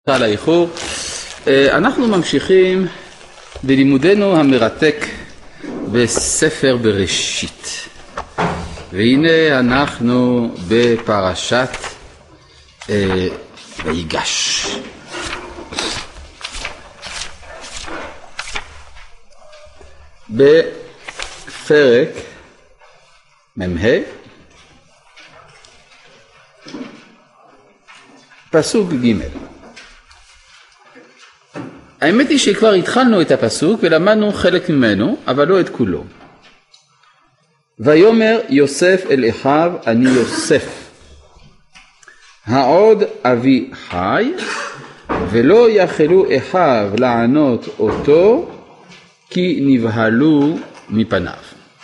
על האיחור. אנחנו ממשיכים בלימודנו המרתק בספר בראשית, והנה אנחנו בפרשת ויגש. בפרק מ"ה פסוק ג'. האמת היא שכבר התחלנו את הפסוק ולמדנו חלק ממנו, אבל לא את כולו. ויאמר יוסף אל אחיו, אני יוסף, העוד אבי חי, ולא יכלו אחיו לענות אותו, כי נבהלו מפניו.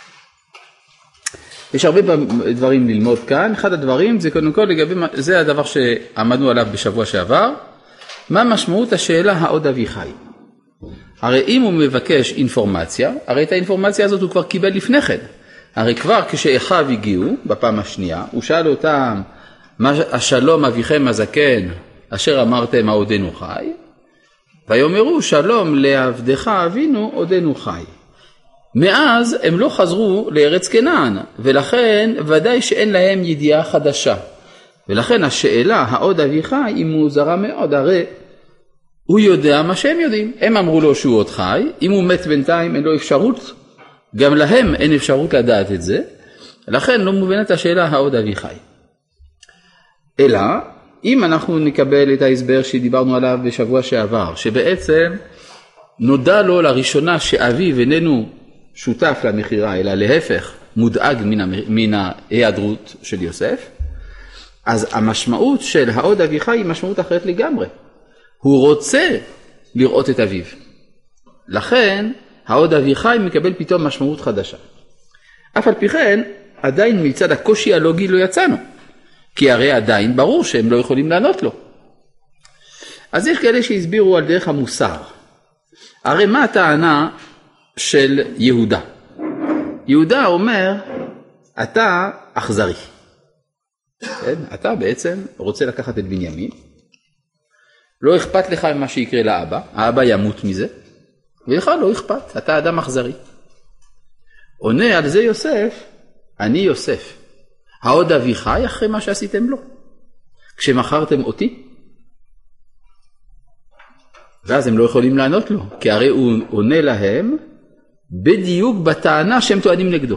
יש הרבה דברים ללמוד כאן. אחד הדברים זה קודם כל לגבי, זה הדבר שעמדנו עליו בשבוע שעבר, מה משמעות השאלה העוד אבי חי? הרי אם הוא מבקש אינפורמציה, הרי את האינפורמציה הזאת הוא כבר קיבל לפני כן. הרי כבר כשאחיו הגיעו בפעם השנייה, הוא שאל אותם, השלום אביכם הזקן אשר אמרתם העודנו חי? ויאמרו שלום לעבדך אבינו עודנו חי. מאז הם לא חזרו לארץ כנען, ולכן ודאי שאין להם ידיעה חדשה. ולכן השאלה העוד אבי חי היא מוזרה מאוד, הרי הוא יודע מה שהם יודעים. הם אמרו לו שהוא עוד חי, אם הוא מת בינתיים אין לו אפשרות, גם להם אין אפשרות לדעת את זה, לכן לא מובנת השאלה העוד אבי חי. אלא אם אנחנו נקבל את ההסבר שדיברנו עליו בשבוע שעבר, שבעצם נודע לו לראשונה שאביו איננו שותף למחירה, אלא להפך מודאג מן ההיעדרות של יוסף, אז המשמעות של העוד אבי חי היא משמעות אחרת לגמרי. הוא רוצה לראות את אביו. לכן העוד אבי חי מקבל פתאום משמעות חדשה. אף על פי כן, עדיין מצד הקושי הלוגי לא יצאנו. כי הרי עדיין ברור שהם לא יכולים לענות לו. אז יש כאלה שהסבירו על דרך המוסר. הרי מה הטענה של יהודה? יהודה אומר, אתה אכזרי. כן? אתה בעצם רוצה לקחת את בנימין, לא אכפת לך ממה שיקרה לאבא, האבא ימות מזה, ולך לא אכפת, אתה אדם אכזרי. עונה על זה יוסף, אני יוסף, העוד אבי חי אחרי מה שעשיתם לו, כשמכרתם אותי. ואז הם לא יכולים לענות לו, כי הרי הוא עונה להם בדיוק בטענה שהם טוענים נגדו.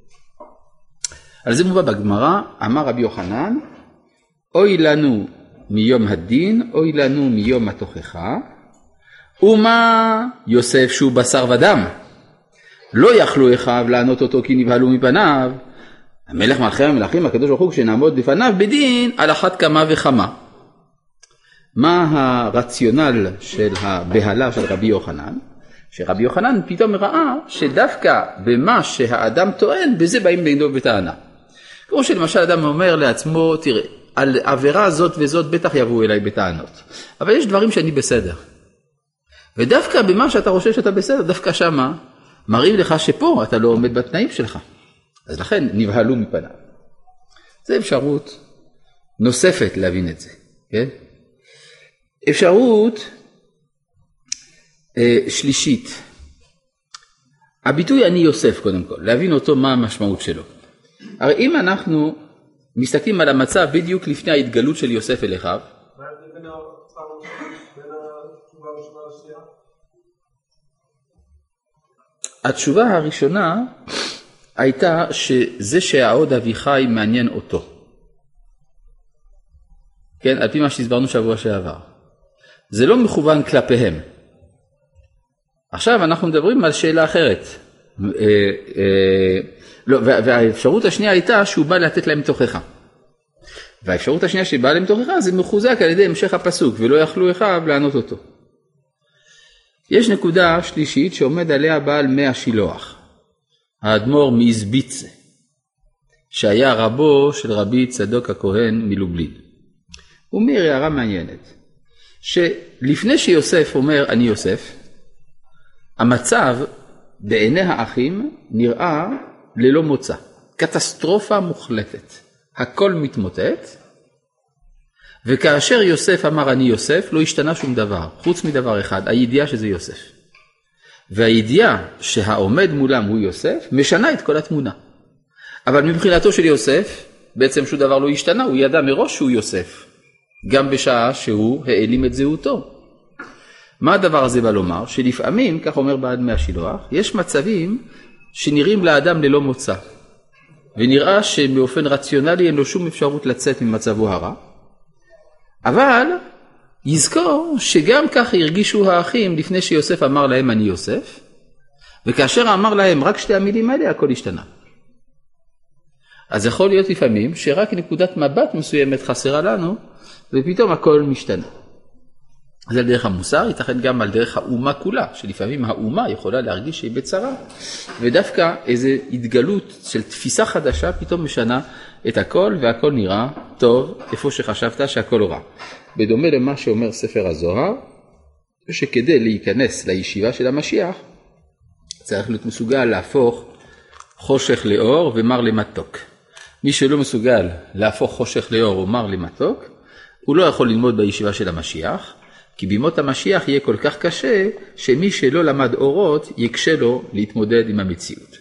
על זה מובא בגמרא, אמר רבי יוחנן, אוי לנו מיום הדין, אוי לנו מיום התוכחה, ומה יוסף שהוא בשר ודם, לא יכלו אחיו לענות אותו כי נבהלו מפניו, המלך מלכי המלכים הקדוש ברוך הוא כשנעמוד לפניו בדין על אחת כמה וכמה. מה הרציונל של הבהלה של רבי יוחנן? שרבי יוחנן פתאום ראה שדווקא במה שהאדם טוען, בזה באים נגדו בטענה. כמו שלמשל אדם אומר לעצמו, תראה, על עבירה זאת וזאת בטח יבואו אליי בטענות. אבל יש דברים שאני בסדר. ודווקא במה שאתה חושב שאתה בסדר, דווקא שמה, מראים לך שפה אתה לא עומד בתנאים שלך. אז לכן נבהלו מפניו. זו אפשרות נוספת להבין את זה. כן? אפשרות שלישית. הביטוי אני יוסף קודם כל, להבין אותו מה המשמעות שלו. הרי אם אנחנו מסתכלים על המצב בדיוק לפני ההתגלות של יוסף אל אחיו, מה זה בין התשובה הראשונה לשנייה? התשובה הראשונה הייתה שזה שהעוד אבי חי מעניין אותו. כן, על פי מה שהסברנו שבוע שעבר. זה לא מכוון כלפיהם. עכשיו אנחנו מדברים על שאלה אחרת. והאפשרות השנייה הייתה שהוא בא לתת להם תוכחה. והאפשרות השנייה שבא להם תוכחה זה מחוזק על ידי המשך הפסוק, ולא יכלו אחיו לענות אותו. יש נקודה שלישית שעומד עליה בעל מי השילוח, האדמו"ר מאיזביצה, שהיה רבו של רבי צדוק הכהן מלובלין. הוא אומר הערה מעניינת, שלפני שיוסף אומר אני יוסף, המצב בעיני האחים נראה ללא מוצא, קטסטרופה מוחלטת, הכל מתמוטט, וכאשר יוסף אמר אני יוסף, לא השתנה שום דבר, חוץ מדבר אחד, הידיעה שזה יוסף. והידיעה שהעומד מולם הוא יוסף, משנה את כל התמונה. אבל מבחינתו של יוסף, בעצם שום דבר לא השתנה, הוא ידע מראש שהוא יוסף, גם בשעה שהוא העלים את זהותו. מה הדבר הזה בא לומר? שלפעמים, כך אומר בעד מהשילוח, יש מצבים שנראים לאדם ללא מוצא, ונראה שבאופן רציונלי אין לו שום אפשרות לצאת ממצבו הרע, אבל יזכור שגם כך הרגישו האחים לפני שיוסף אמר להם אני יוסף, וכאשר אמר להם רק שתי המילים האלה הכל השתנה. אז יכול להיות לפעמים שרק נקודת מבט מסוימת חסרה לנו, ופתאום הכל משתנה. זה על דרך המוסר, ייתכן גם על דרך האומה כולה, שלפעמים האומה יכולה להרגיש שהיא בצרה, ודווקא איזו התגלות של תפיסה חדשה פתאום משנה את הכל, והכל נראה טוב איפה שחשבת שהכל רע. בדומה למה שאומר ספר הזוהר, שכדי להיכנס לישיבה של המשיח, צריך להיות מסוגל להפוך חושך לאור ומר למתוק. מי שלא מסוגל להפוך חושך לאור ומר למתוק, הוא לא יכול ללמוד בישיבה של המשיח, כי בימות המשיח יהיה כל כך קשה, שמי שלא למד אורות יקשה לו להתמודד עם המציאות.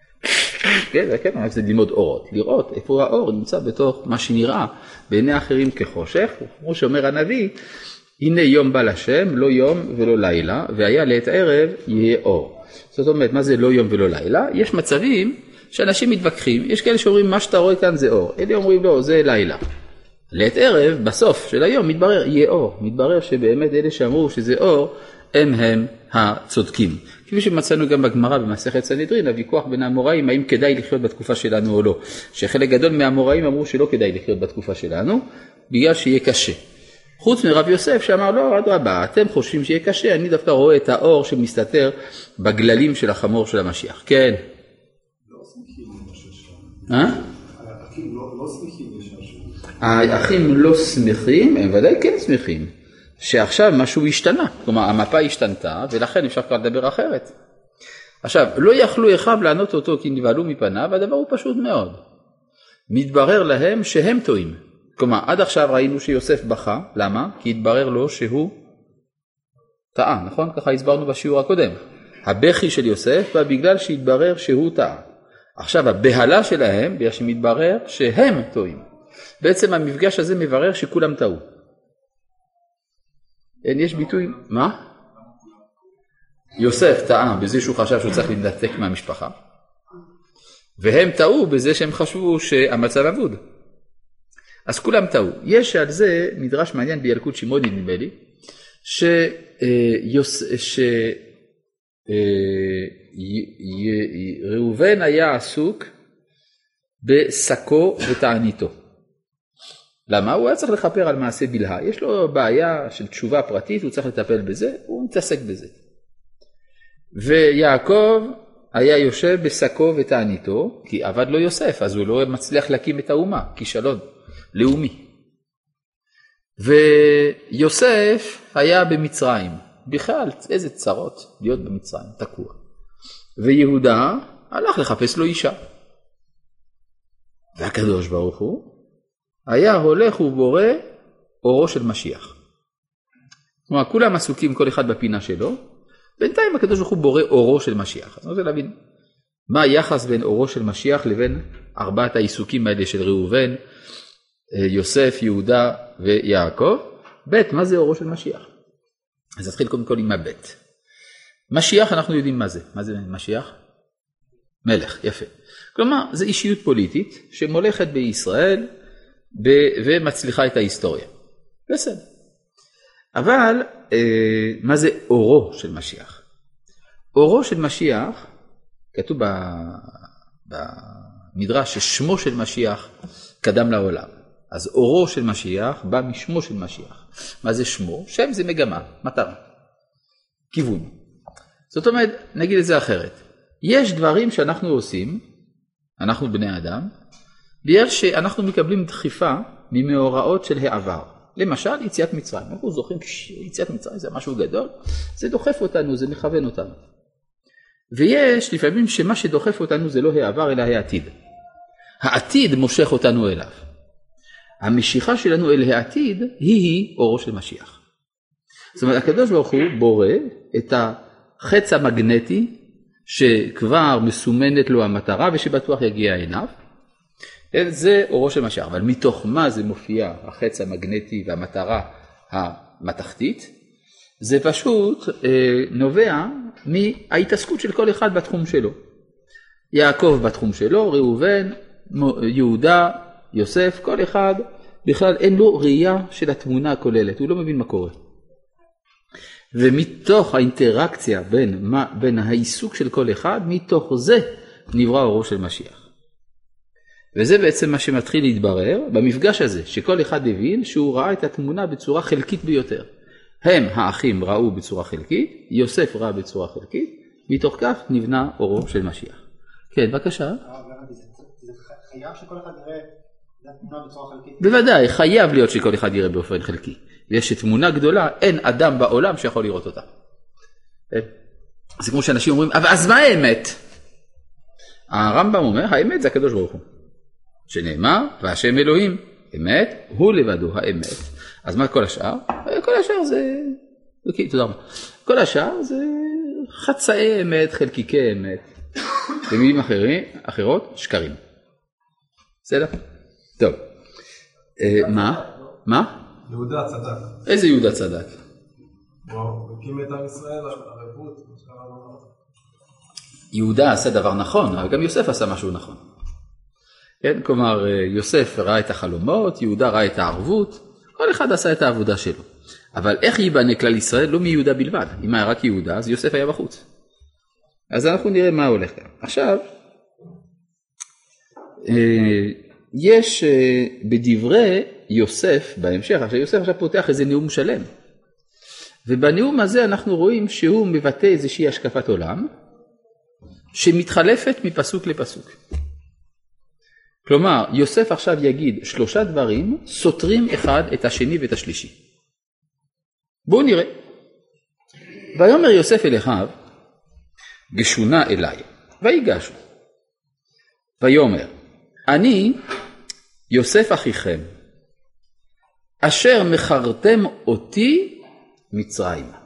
כן, זה ללמוד אורות, לראות איפה האור נמצא בתוך מה שנראה בעיני אחרים כחושך, כמו שאומר הנביא, הנה יום בא לשם, לא יום ולא לילה, והיה לעת ערב יהיה אור. זאת אומרת, מה זה לא יום ולא לילה? יש מצבים שאנשים מתווכחים, יש כאלה שאומרים מה שאתה רואה כאן זה אור, אלה אומרים לא, זה לילה. לעת ערב, בסוף של היום, מתברר יהיה אור, מתברר שבאמת אלה שאמרו שזה אור, הם הצודקים. כפי שמצאנו גם בגמרא במסכת סנהדרין, הוויכוח בין האמוראים, האם כדאי לחיות בתקופה שלנו או לא. שחלק גדול מהאמוראים אמרו שלא כדאי לחיות בתקופה שלנו, בגלל שיהיה קשה. חוץ מרב יוסף שאמר לא, אדרבה, אתם חושבים שיהיה קשה, אני דווקא רואה את האור שמסתתר בגללים של החמור של המשיח. כן. לא שמחים למשהו שם. האחים לא שמחים לשם. האחים לא שמחים, הם ודאי כן שמחים. שעכשיו משהו השתנה, כלומר המפה השתנתה ולכן אפשר כבר לדבר אחרת. עכשיו, לא יכלו אחיו לענות אותו כי נבהלו מפניו, והדבר הוא פשוט מאוד. מתברר להם שהם טועים. כלומר, עד עכשיו ראינו שיוסף בכה, למה? כי התברר לו שהוא טעה, נכון? ככה הסברנו בשיעור הקודם. הבכי של יוסף בא בגלל שהתברר שהוא טעה. עכשיו, הבהלה שלהם, בגלל שמתברר שהם טועים. בעצם המפגש הזה מברר שכולם טעו. יש ביטוי, מה? יוסף טעה בזה שהוא חשב שהוא צריך להתנתק מהמשפחה, והם טעו בזה שהם חשבו שהמצב אבוד. אז כולם טעו. יש על זה מדרש מעניין בילקוט שמעוני נדמה לי, שראובן היה עסוק בשקו ותעניתו. למה? הוא היה צריך לכפר על מעשה בלהה. יש לו בעיה של תשובה פרטית, הוא צריך לטפל בזה, הוא מתעסק בזה. ויעקב היה יושב בשקו ותעניתו, כי עבד לו יוסף, אז הוא לא מצליח להקים את האומה, כישלון לאומי. ויוסף היה במצרים, בכלל איזה צרות להיות במצרים, תקוע. ויהודה הלך לחפש לו אישה. והקדוש ברוך הוא היה הולך ובורא אורו של משיח. כלומר, כולם עסוקים כל אחד בפינה שלו, בינתיים הקדוש ברוך הוא בורא אורו של משיח. אני רוצה להבין, מה היחס בין אורו של משיח לבין ארבעת העיסוקים האלה של ראובן, יוסף, יהודה ויעקב? בית, מה זה אורו של משיח? אז נתחיל קודם כל עם הבית. משיח, אנחנו יודעים מה זה. מה זה משיח? מלך, יפה. כלומר, זה אישיות פוליטית שמולכת בישראל ומצליחה את ההיסטוריה. בסדר. אבל מה זה אורו של משיח? אורו של משיח, כתוב במדרש ששמו של משיח קדם לעולם. אז אורו של משיח בא משמו של משיח. מה זה שמו? שם זה מגמה, מטרה, כיוון. זאת אומרת, נגיד את זה אחרת. יש דברים שאנחנו עושים, אנחנו בני אדם, בגלל שאנחנו מקבלים דחיפה ממאורעות של העבר. למשל, יציאת מצרים. אנחנו זוכרים שיציאת מצרים זה משהו גדול, זה דוחף אותנו, זה מכוון אותנו. ויש לפעמים שמה שדוחף אותנו זה לא העבר אלא העתיד. העתיד מושך אותנו אליו. המשיכה שלנו אל העתיד היא אורו של משיח. זאת אומרת, הקדוש ברוך הוא בורא את החץ המגנטי שכבר מסומנת לו המטרה ושבטוח יגיע עיניו. זה אורו של משיח, אבל מתוך מה זה מופיע החץ המגנטי והמטרה המתכתית? זה פשוט נובע מההתעסקות של כל אחד בתחום שלו. יעקב בתחום שלו, ראובן, יהודה, יוסף, כל אחד בכלל אין לו ראייה של התמונה הכוללת, הוא לא מבין מה קורה. ומתוך האינטראקציה בין העיסוק של כל אחד, מתוך זה נברא אורו של משיח. וזה בעצם מה שמתחיל להתברר במפגש הזה, שכל אחד הבין שהוא ראה את התמונה בצורה חלקית ביותר. הם האחים ראו בצורה חלקית, יוסף ראה בצורה חלקית, מתוך כך נבנה אורו של משיח. כן, בבקשה. זה חייב שכל אחד יראה את התמונה בצורה חלקית? בוודאי, חייב להיות שכל אחד יראה באופן חלקי. ויש תמונה גדולה, אין אדם בעולם שיכול לראות אותה. זה כמו שאנשים אומרים, אז מה האמת? הרמב"ם אומר, האמת זה הקדוש ברוך הוא. שנאמר, והשם אלוהים, אמת, הוא לבדו האמת. אז מה כל השאר? כל השאר זה... אוקיי, תודה רבה. כל השאר זה חצאי אמת, חלקיקי אמת. במילים אחרות, שקרים. בסדר? טוב. מה? יהודה צדק. איזה יהודה צדק? וואו, הקים את עם ישראל, הרבות. יהודה עשה דבר נכון, אבל גם יוסף עשה משהו נכון. כן? כלומר, יוסף ראה את החלומות, יהודה ראה את הערבות, כל אחד עשה את העבודה שלו. אבל איך ייבנה כלל ישראל? לא מיהודה בלבד. אם היה רק יהודה, אז יוסף היה בחוץ. אז אנחנו נראה מה הולך כאן. עכשיו, יש בדברי יוסף בהמשך, עכשיו יוסף עכשיו פותח איזה נאום שלם. ובנאום הזה אנחנו רואים שהוא מבטא איזושהי השקפת עולם, שמתחלפת מפסוק לפסוק. כלומר, יוסף עכשיו יגיד 3 דברים, סותרים אחד את השני ואת השלישי. בואו נראה. ויאמר יוסף אל אחיו, גשונה אליי, ויגשו. ויאמר, אני יוסף אחיכם, אשר מכרתם אותי מצרימה.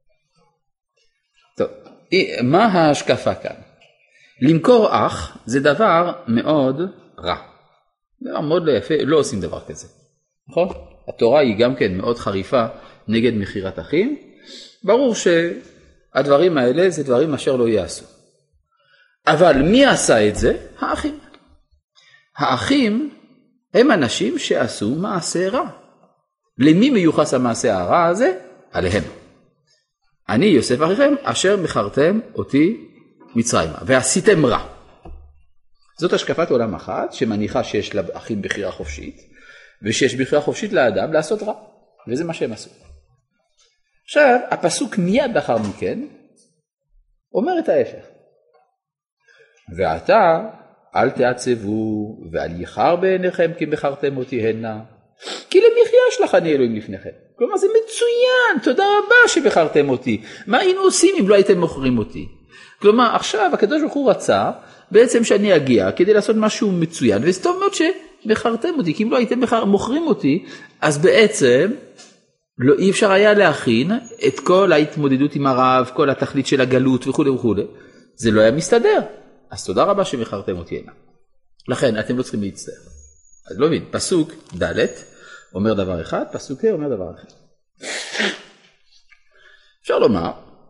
טוב, מה ההשקפה כאן? למכור אח זה דבר מאוד רע. דבר מאוד לא יפה, לא עושים דבר כזה. נכון? התורה היא גם כן מאוד חריפה נגד מחירת אחים. ברור שהדברים האלה זה דברים אשר לא יעשו. אבל מי עשה את זה? האחים. האחים הם אנשים שעשו מעשה רע. למי מיוחס המעשה הרע הזה? עליהם. אני יוסף אחיכם אשר מכרתם אותי מצרימה ועשיתם רע. זאת השקפת עולם אחת שמניחה שיש לאחים בחירה חופשית ושיש בחירה חופשית לאדם לעשות רע, וזה מה שהם עשו. עכשיו הפסוק מיד לאחר מכן אומר את ההפך. ועתה אל תעצבו ואל יחר בעיניכם כי מכרתם אותי הנה, כי למחיה שלחני אלוהים לפניכם. כלומר זה מצוין, תודה רבה שבחרתם אותי. מה היינו עושים אם לא הייתם מוכרים אותי? כלומר עכשיו הקדוש ברוך הוא רצה בעצם שאני אגיע כדי לעשות משהו מצוין, וזה טוב מאוד שבחרתם אותי, כי אם לא הייתם מוכרים אותי, אז בעצם לא אי אפשר היה להכין את כל ההתמודדות עם הרב, כל התכלית של הגלות וכו' וכו'. זה לא היה מסתדר. אז תודה רבה שבחרתם אותי הנה. לכן אתם לא צריכים להצטער. אז לא מבין, פסוק ד' אומר דבר אחד, פסוק ה' אומר דבר אחר. אפשר לומר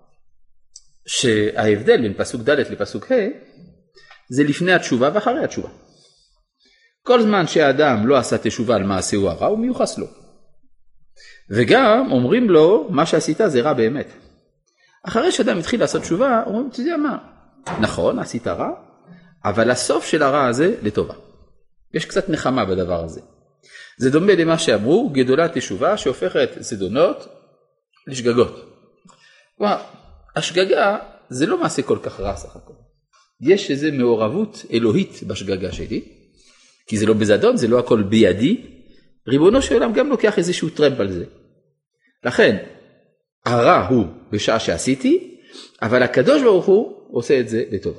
שההבדל בין פסוק ד' לפסוק ה' זה לפני התשובה ואחרי התשובה. כל זמן שהאדם לא עשה תשובה על מעשהו הרע, הוא מיוחס לו. וגם אומרים לו, מה שעשית זה רע באמת. אחרי שאדם התחיל לעשות תשובה, אומרים, אתה יודע מה? נכון, עשית רע, אבל הסוף של הרע הזה לטובה. יש קצת נחמה בדבר הזה. זה דומה למה שאמרו, גדולה תשובה שהופכת זדונות לשגגות. כלומר, השגגה זה לא מעשה כל כך רע סך הכל. יש איזו מעורבות אלוהית בשגגה שלי, כי זה לא בזדון, זה לא הכל בידי. ריבונו של עולם גם לוקח איזשהו טרמפ על זה. לכן, הרע הוא בשעה שעשיתי, אבל הקדוש ברוך הוא עושה את זה לטובה.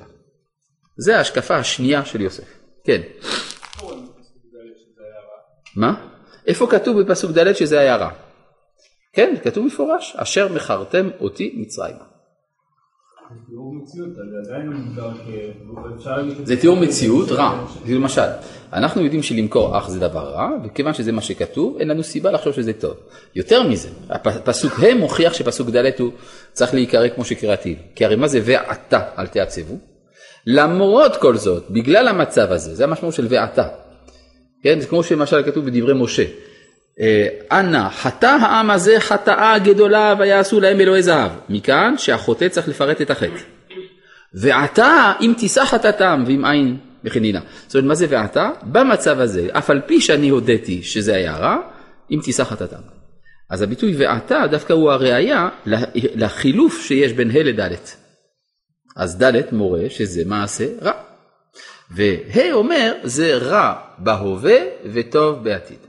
זה ההשקפה השנייה של יוסף. כן. מה? איפה כתוב בפסוק ד' שזה היה רע? כן, כתוב מפורש, אשר מכרתם אותי מצרימה. תיאור מציאות, זה עדיין מוגדר זה תיאור מציאות רע. למשל, אנחנו יודעים שלמכור אח זה דבר רע, וכיוון שזה מה שכתוב, אין לנו סיבה לחשוב שזה טוב. יותר מזה, הפסוק הם מוכיח שפסוק ד' הוא צריך להיקרא כמו שקראתי. כי הרי מה זה ועתה אל תעצבו? למרות כל זאת, בגלל המצב הזה, זה המשמעות של ועתה. כן, זה כמו שלמשל כתוב בדברי משה. אנא, חטא העם הזה חטאה גדולה ויעשו להם אלוהי זהב. מכאן שהחוטא צריך לפרט את החטא. ועתה אם תישא חטאתם ואם אין בחנינה. זאת אומרת, מה זה ועתה? במצב הזה, אף על פי שאני הודיתי שזה היה רע, אם תישא חטאתם. אז הביטוי ועתה דווקא הוא הראיה לחילוף שיש בין ה' לד'. אז ד' מורה שזה מעשה רע. וה' אומר זה רע בהווה וטוב בעתיד.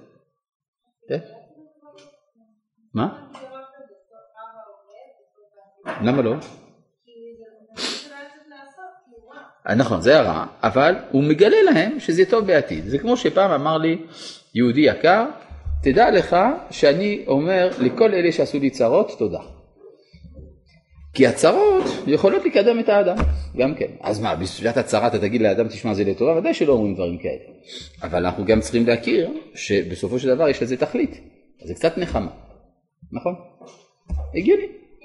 מה? למה לא? נכון, זה הרע, אבל הוא מגלה להם שזה טוב בעתיד. זה כמו שפעם אמר לי יהודי יקר, תדע לך שאני אומר לכל אלה שעשו לי צרות תודה. כי הצרות יכולות לקדם את האדם, גם כן. אז מה, בשביל הצרה אתה תגיד לאדם תשמע זה לטובה, ודאי שלא אומרים דברים כאלה. אבל אנחנו גם צריכים להכיר שבסופו של דבר יש לזה תכלית. אז זה קצת נחמה. נכון? הגיוני.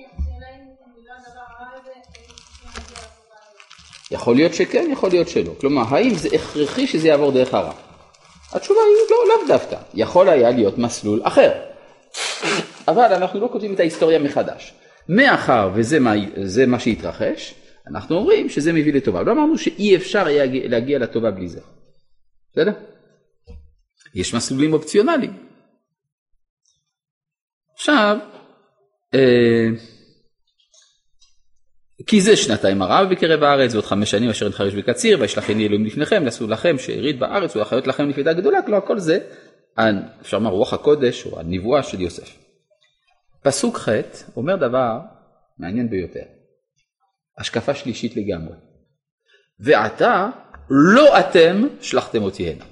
יכול להיות שכן, יכול להיות שלא. כלומר, האם זה הכרחי שזה יעבור דרך הרע? התשובה היא לא דווקא. יכול היה להיות מסלול אחר. אבל אנחנו לא כותבים את ההיסטוריה מחדש. מאחר וזה מה שהתרחש, אנחנו אומרים שזה מביא לטובה. לא אמרנו שאי אפשר להגיע לטובה בלי זה. בסדר? יש מסלולים אופציונליים. עכשיו, כי זה שנתיים הרעב בקרב הארץ, ועוד 5 שנים אשר נחרש בקציר, וישלחני אלוהים לפניכם, לעשו לכם שארית בארץ, ולחיות לכם נפלאה גדולה, כלומר כל זה, אפשר לומר רוח הקודש, או הנבואה של יוסף. פסוק ח' אומר דבר מעניין ביותר. השקפה שלישית לגמרי. ועתה לא אתם שלחתם אותי הנה.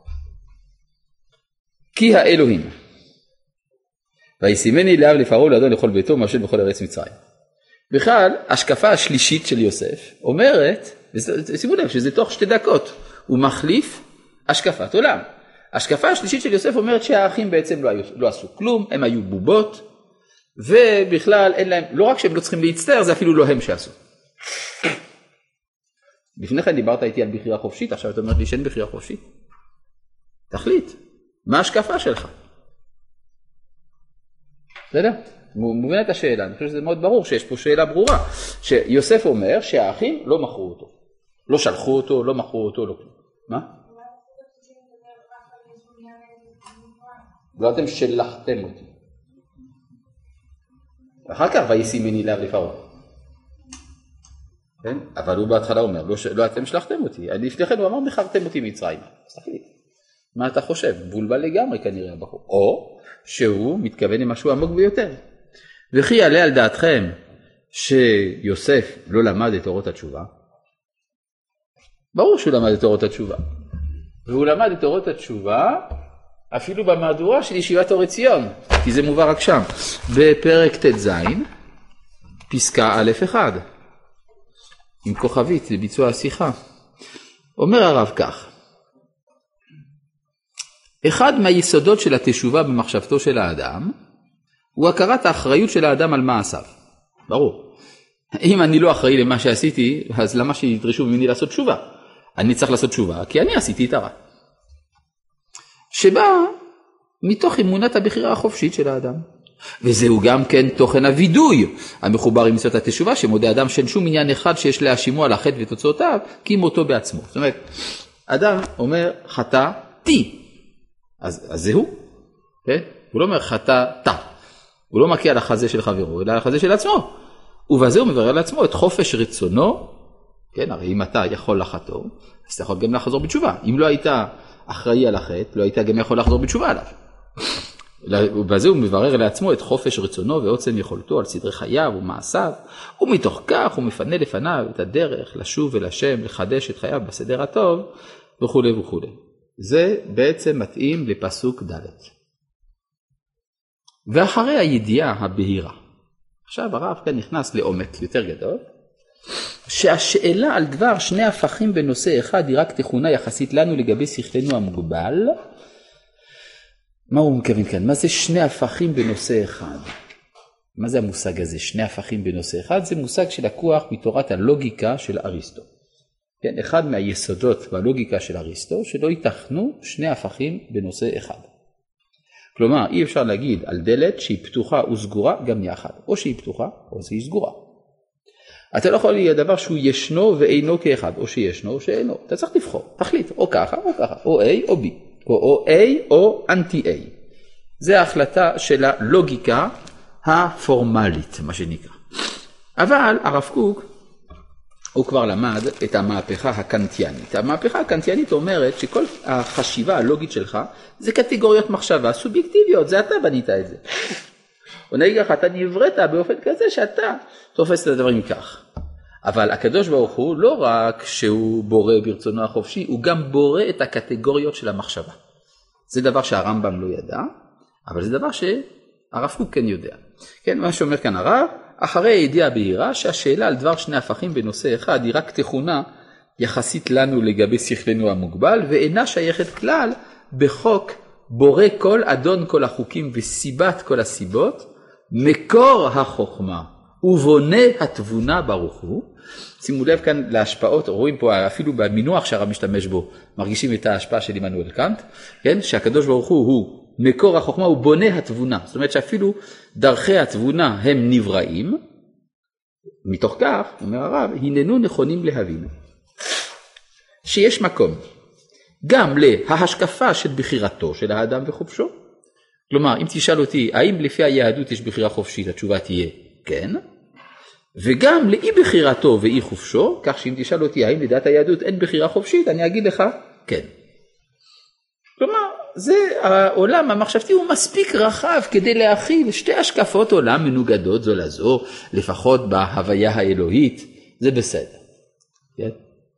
כי האלוהים. וישימני לאב לפרעה ולאדון לכל ביתו ומושל בכל ארץ מצרים. בכלל, השקפה השלישית של יוסף אומרת, שימו לב שזה תוך 2 דקות, הוא מחליף השקפת עולם. השקפה השלישית של יוסף אומרת שהאחים בעצם לא עשו כלום, הם היו בובות, ובכלל אין להם, לא רק שהם לא צריכים להצטער, זה אפילו לא הם שעשו. לפני כן דיברת איתי על בחירה חופשית, עכשיו אתה אומרת לי שאין בחירה חופשית. תחליט, מה ההשקפה שלך? בסדר? מובן את השאלה, אני חושב שזה מאוד ברור שיש פה שאלה ברורה, שיוסף אומר שהאחים לא מכרו אותו, לא שלחו אותו, לא מכרו אותו, לא כלום. מה? לא אתם שלחתם אותי. אחר כך וישימני לאב לפרעה. כן? אבל הוא בהתחלה אומר, לא אתם שלחתם אותי, לפני כן הוא אמר מכרתם אותי מצרים. אז תחליט, מה אתה חושב? בולבל לגמרי כנראה הבחור. או שהוא מתכוון למשהו עמוק ביותר. וכי יעלה על דעתכם שיוסף לא למד את אורות התשובה? ברור שהוא למד את אורות התשובה. והוא למד את אורות התשובה אפילו במהדורה של ישיבת אור עציון, כי זה מובא רק שם. בפרק ט"ז, פסקה א'1, עם כוכבית לביצוע השיחה. אומר הרב כך, אחד מהיסודות של התשובה במחשבתו של האדם, הוא הכרת האחריות של האדם על מעשיו. ברור. אם אני לא אחראי למה שעשיתי, אז למה שידרשו ממני לעשות תשובה? אני צריך לעשות תשובה, כי אני עשיתי את הרע. שבא מתוך אמונת הבחירה החופשית של האדם. וזהו גם כן תוכן הוידוי, המחובר עם מצוות התשובה, שמודה אדם שאין שום עניין אחד שיש להאשימו על החטא ותוצאותיו, כי מותו בעצמו. זאת אומרת, אדם אומר חטאתי, אז זה הוא. כן? הוא לא אומר חטאת. הוא לא מכה על החזה של חברו, אלא על החזה של עצמו. ובזה הוא מברר לעצמו את חופש רצונו, כן, הרי אם אתה יכול לחטוא, אז אתה יכול גם לחזור בתשובה. אם לא היית אחראי על החטא, לא היית גם יכול לחזור בתשובה עליו. ובזה הוא מברר לעצמו את חופש רצונו ועוצם יכולתו על סדרי חייו ומעשיו, ומתוך כך הוא מפנה לפניו את הדרך לשוב ולשם, לחדש את חייו בסדר הטוב, וכו' וכו'. זה בעצם מתאים לפסוק ד'. ואחרי הידיעה הבהירה. עכשיו הרב כאן נכנס לעומק יותר גדול, שהשאלה על דבר שני הפכים בנושא אחד היא רק תכונה יחסית לנו לגבי שכלנו המוגבל. מה הוא מכוון כאן? מה זה שני הפכים בנושא אחד? מה זה המושג הזה? שני הפכים בנושא אחד? זה מושג שלקוח מתורת הלוגיקה של אריסטו. כן, אחד מהיסודות בלוגיקה של אריסטו, שלא ייתכנו שני הפכים בנושא אחד. כלומר, אי אפשר להגיד על דלת שהיא פתוחה וסגורה גם יחד. או שהיא פתוחה או שהיא סגורה. אתה לא יכול להיות דבר שהוא ישנו ואינו כאחד, או שישנו או שאינו. אתה צריך לבחור, תחליט, או ככה או ככה, או A או B, או A או אנטי-A. זה ההחלטה של הלוגיקה הפורמלית, מה שנקרא. אבל הרב קוק, הוא כבר למד את המהפכה הקנטיאנית. המהפכה הקנטיאנית אומרת שכל החשיבה הלוגית שלך זה קטגוריות מחשבה סובייקטיביות, זה אתה בנית את זה. או נגיד לך, אתה נבראת באופן כזה שאתה תופס את הדברים כך. אבל הקדוש ברוך הוא לא רק שהוא בורא ברצונו החופשי, הוא גם בורא את הקטגוריות של המחשבה. זה דבר שהרמב"ם לא ידע, אבל זה דבר שהרב קוק כן יודע. כן, מה שאומר כאן הרב, אחרי הידיעה בהירה שהשאלה על דבר שני הפכים בנושא אחד היא רק תכונה יחסית לנו לגבי שכלנו המוגבל, ואינה שייכת כלל בחוק בורא כל אדון כל החוקים וסיבת כל הסיבות, מקור החוכמה ובונה התבונה ברוך הוא. שימו לב כאן להשפעות, רואים פה אפילו במינוח שהרב משתמש בו, מרגישים את ההשפעה של עמנואל קאנט, כן? שהקדוש ברוך הוא מקור החוכמה, הוא בונה התבונה. זאת אומרת שאפילו דרכי התבונה הם נבראים, מתוך כך, אומר הרב, הננו נכונים להבין, שיש מקום גם להשקפה של בחירתו של האדם וחופשו. כלומר, אם תשאל אותי, האם לפי היהדות יש בחירה חופשית, התשובה תהיה כן, וגם לאי בחירתו ואי חופשו, כך שאם תשאל אותי, האם לדעת היהדות אין בחירה חופשית, אני אגיד לך כן. כלומר, זה העולם המחשבתי הוא מספיק רחב כדי להכיל שתי השקפות עולם מנוגדות זו לזו, לפחות בהוויה האלוהית, זה בסדר. כן?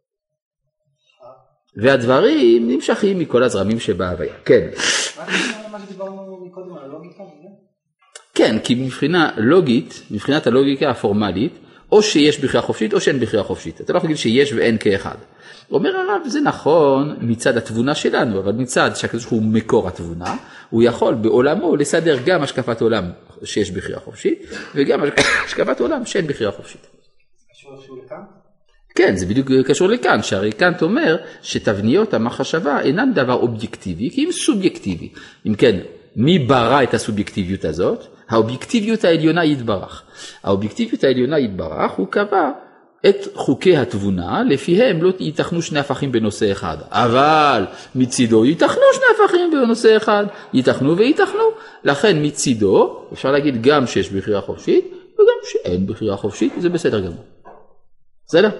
והדברים נמשכים מכל הזרמים שבהוויה. כן. מה שדיברנו מקודם על הלוגיקה? כן, כי מבחינת הלוגיקה הפורמלית, או שיש בחירה חופשית או שאין בחירה חופשית. אתה לא יכול להגיד שיש ואין כאחד. אומר הרב, זה נכון מצד התבונה שלנו, אבל מצד שהקדוש הוא מקור התבונה, הוא יכול בעולמו לסדר גם השקפת עולם שיש בחירה חופשית, וגם השקפת עולם שאין בחירה חופשית. קשור לכאן? כן, זה בדיוק קשור לכאן, שהרי קאנט אומר שתבניות המחשבה אינן דבר אובייקטיבי, כי אם סובייקטיבי. אם כן, מי ברא את הסובייקטיביות הזאת? האובייקטיביות העליונה יתברך. האובייקטיביות העליונה יתברך, הוא קבע את חוקי התבונה, לפיהם לא ייתכנו שני הפכים בנושא אחד. אבל מצידו ייתכנו שני הפכים בנושא אחד, ייתכנו וייתכנו. לכן מצידו, אפשר להגיד גם שיש בחירה חופשית, וגם שאין בחירה חופשית, זה בסדר גמור. בסדר?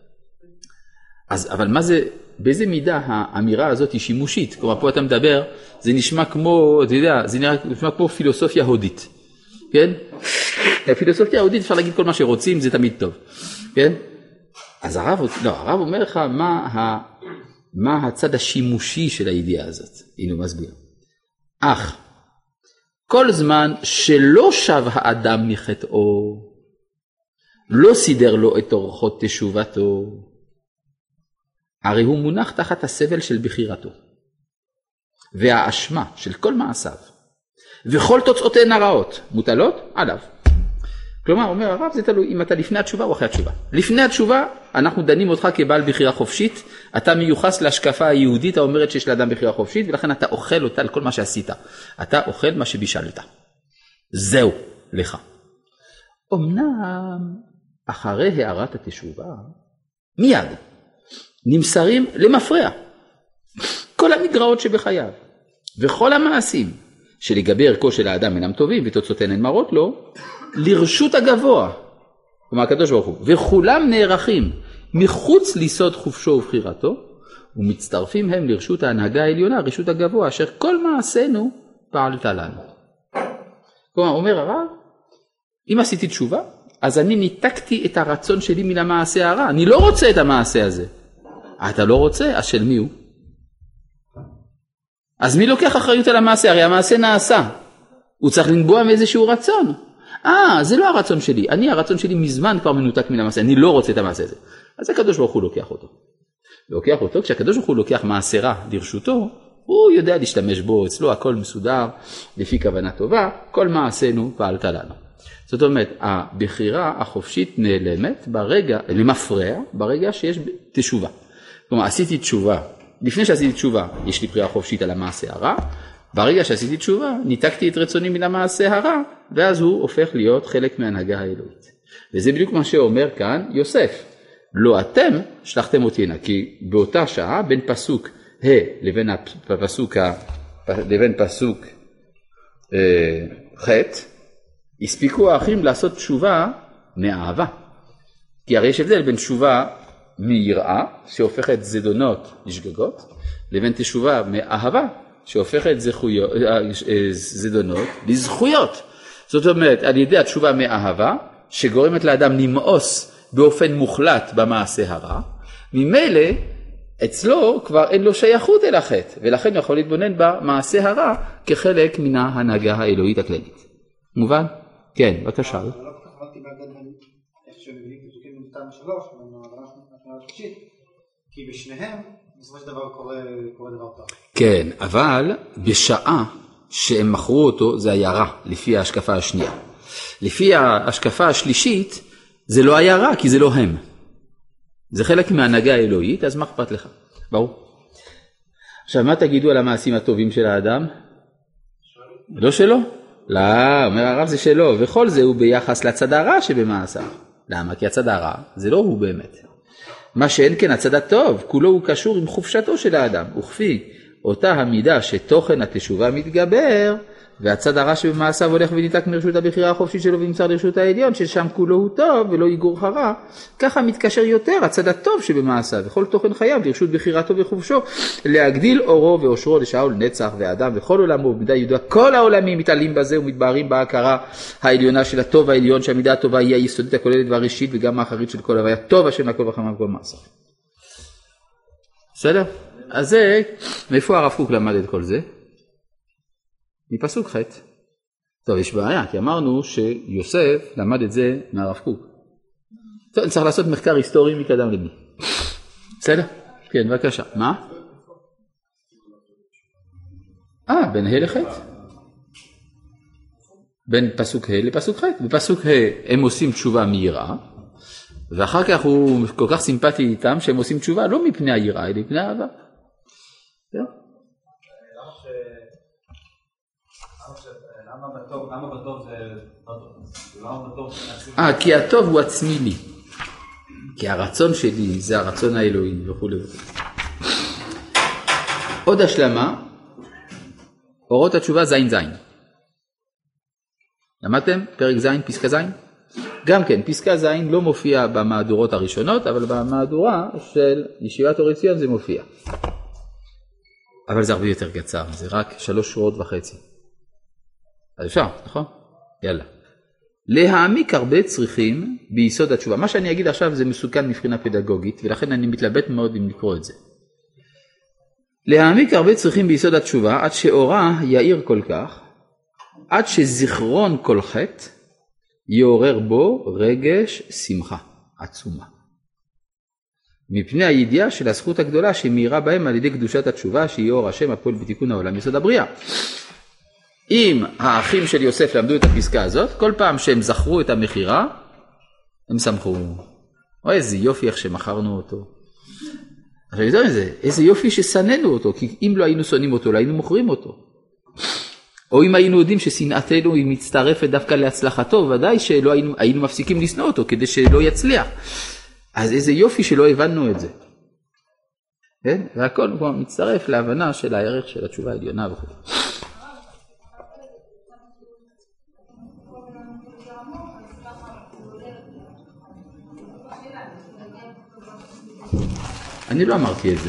אז, אבל מה זה, באיזה מידה האמירה הזאת היא שימושית? כלומר, פה אתה מדבר, זה נשמע כמו, אתה יודע, זה נשמע כמו פילוסופיה הודית. כן? פילוסופיה הודית אפשר להגיד כל מה שרוצים, זה תמיד טוב. כן? אז הרב אומר לך מה הצד השימושי של הידיעה הזאת. הנה הוא מסביר. אך, כל זמן שלא שב האדם מחטאו, לא סידר לו את אורחות תשובתו, הרי הוא מונח תחת הסבל של בחירתו, והאשמה של כל מעשיו, וכל תוצאותיהן הרעות, מוטלות עליו. כלומר, אומר הרב, זה תלוי אם אתה לפני התשובה או אחרי התשובה. לפני התשובה, אנחנו דנים אותך כבעל בחירה חופשית, אתה מיוחס להשקפה היהודית האומרת שיש לאדם בחירה חופשית, ולכן אתה אוכל אותה על כל מה שעשית. אתה אוכל מה שבישלת. זהו לך. אמנם, אחרי הערת התשובה, מיד, נמסרים למפרע כל המגרעות שבחייו, וכל המעשים שלגבי ערכו של האדם אינם טובים ותוצאותיהן הן מרות לו, לרשות הגבוה, כלומר הקדוש ברוך הוא, וכולם נערכים מחוץ ליסוד חופשו ובחירתו, ומצטרפים הם לרשות ההנהגה העליונה, רשות הגבוה, אשר כל מעשינו פעלת לנו. כלומר, אומר הרב, אם עשיתי תשובה, אז אני ניתקתי את הרצון שלי מן המעשה הרע, אני לא רוצה את המעשה הזה. אתה לא רוצה, אז של מי הוא? אז מי לוקח אחריות על המעשה? הרי המעשה נעשה. הוא צריך לנבוע מאיזשהו רצון. זה לא הרצון שלי, הרצון שלי מזמן כבר מנותק מן המעשה, אני לא רוצה את המעשה הזה. אז הקדוש ברוך הוא לוקח אותו. כשהקדוש ברוך הוא לוקח מעשרה לרשותו, הוא יודע להשתמש בו, אצלו הכל מסודר, לפי כוונה טובה, כל מעשינו פעלת לנו. זאת אומרת, הבחירה החופשית נעלמת למפרע, ברגע שיש תשובה. כלומר, עשיתי תשובה, לפני שעשיתי תשובה, יש לי בחירה חופשית על המעשה הרע, ברגע שעשיתי תשובה, ניתקתי את רצוני מן המעשה הרע, ואז הוא הופך להיות חלק מהנהגה האלוהית. וזה בדיוק מה שאומר כאן יוסף. לא אתם שלחתם אותי הנה, כי באותה שעה בין פסוק לבין פסוק ח' הספיקו האחים לעשות תשובה מאהבה. כי הרי יש הבדל בין תשובה מיראה, שהופכת זדונות לשגגות, לבין תשובה מאהבה, שהופכת זדונות לזכויות. זאת אומרת, על ידי התשובה מאהבה, שגורמת לאדם למאוס באופן מוחלט במעשה הרע, ממילא אצלו כבר אין לו שייכות אל החטא, ולכן הוא יכול להתבונן במעשה הרע כחלק מן ההנהגה האלוהית הכללית. מובן? כן, בבקשה. לא כל כך הבנתי בהגד איך שמבינים פסוקים מטעם 3, מההבנה השלישית, כי בשניהם בסופו של דבר קורה דבר טוב. כן, אבל בשעה שהם מכרו אותו זה היה רע, לפי ההשקפה השנייה. לפי ההשקפה השלישית זה לא היה רע, כי זה לא הם. זה חלק מההנהגה האלוהית, אז מה אכפת לך? ברור. עכשיו, מה תגידו על המעשים הטובים של האדם? לא שלו? לא, אומר הרב זה שלו, וכל זה הוא ביחס לצד הרע שבמעשיו. למה? כי הצד הרע זה לא הוא באמת. מה שאין כן הצד הטוב, כולו הוא קשור עם חופשתו של האדם, וכפי אותה המידה שתוכן התשובה מתגבר, והצד הרע שבמעשיו הולך וניתק מרשות הבחירה החופשית שלו ונמצא לרשות העליון, ששם כולו הוא טוב ולא יגור חרע, ככה מתקשר יותר הצד הטוב שבמעשיו, וכל תוכן חייו לרשות בחירתו וחופשו, להגדיל אורו ואושרו לשאול נצח ואדם וכל עולמו, ובמידה ידוע כל העולמים מתעלים בזה ומתבהרים בהכרה העליונה של הטוב העליון, שהמידה הטובה היא היסודית הכוללת והראשית וגם האחרית של כל הוויה, טוב השם לכל וחמה וכל מעשיו. בסדר? אז זה, מאיפה הרב קוק למד את כל זה? מפסוק ח'. טוב, יש בעיה, כי אמרנו שיוסף למד את זה מהרב קוק. טוב, אני צריך לעשות מחקר היסטורי מקדם למי. בסדר? כן, בבקשה. מה? בין ה' לח'. בין פסוק ה' לפסוק ח'. בפסוק ה' הם עושים תשובה מיראה, ואחר כך הוא כל כך סימפטי איתם שהם עושים תשובה לא מפני היראה, אלא מפני האהבה. למה בטוב זה... כי הטוב הוא עצמי לי. כי הרצון שלי זה הרצון האלוהי וכו'. עוד השלמה, אורות התשובה זין זין. למדתם? פרק זין, פסקה זין? גם כן, פסקה זין לא מופיע במהדורות הראשונות, אבל במהדורה של ישיבת אור עציון זה מופיע. אבל זה הרבה יותר קצר, זה רק 3 שורות וחצי. אז אפשר, נכון? יאללה. להעמיק הרבה צריכים ביסוד התשובה. מה שאני אגיד עכשיו זה מסוכן מבחינה פדגוגית, ולכן אני מתלבט מאוד אם לקרוא את זה. להעמיק הרבה צריכים ביסוד התשובה, עד שאורה יאיר כל כך, עד שזיכרון כל חטא יעורר בו רגש שמחה עצומה. מפני הידיעה של הזכות הגדולה שמאירה בהם על ידי קדושת התשובה, שהיא אור השם הפועל בתיקון העולם יסוד הבריאה. אם האחים של יוסף למדו את הפסקה הזאת, כל פעם שהם זכרו את המחירה, הם שמחו. איזה יופי איך שמכרנו אותו. עכשיו יודעים זה, איזה יופי ששננו אותו, כי אם לא היינו שונאים אותו, לא היינו מוכרים אותו. או אם היינו יודעים ששנאתנו היא מצטרפת דווקא להצלחתו, ודאי שלא היינו מפסיקים לשנוא אותו, כדי שלא יצליח. אז איזה יופי שלא הבנו את זה. כן? והכל כבר מצטרף להבנה של הערך של התשובה העליונה וכו'. אני לא אמרתי את זה.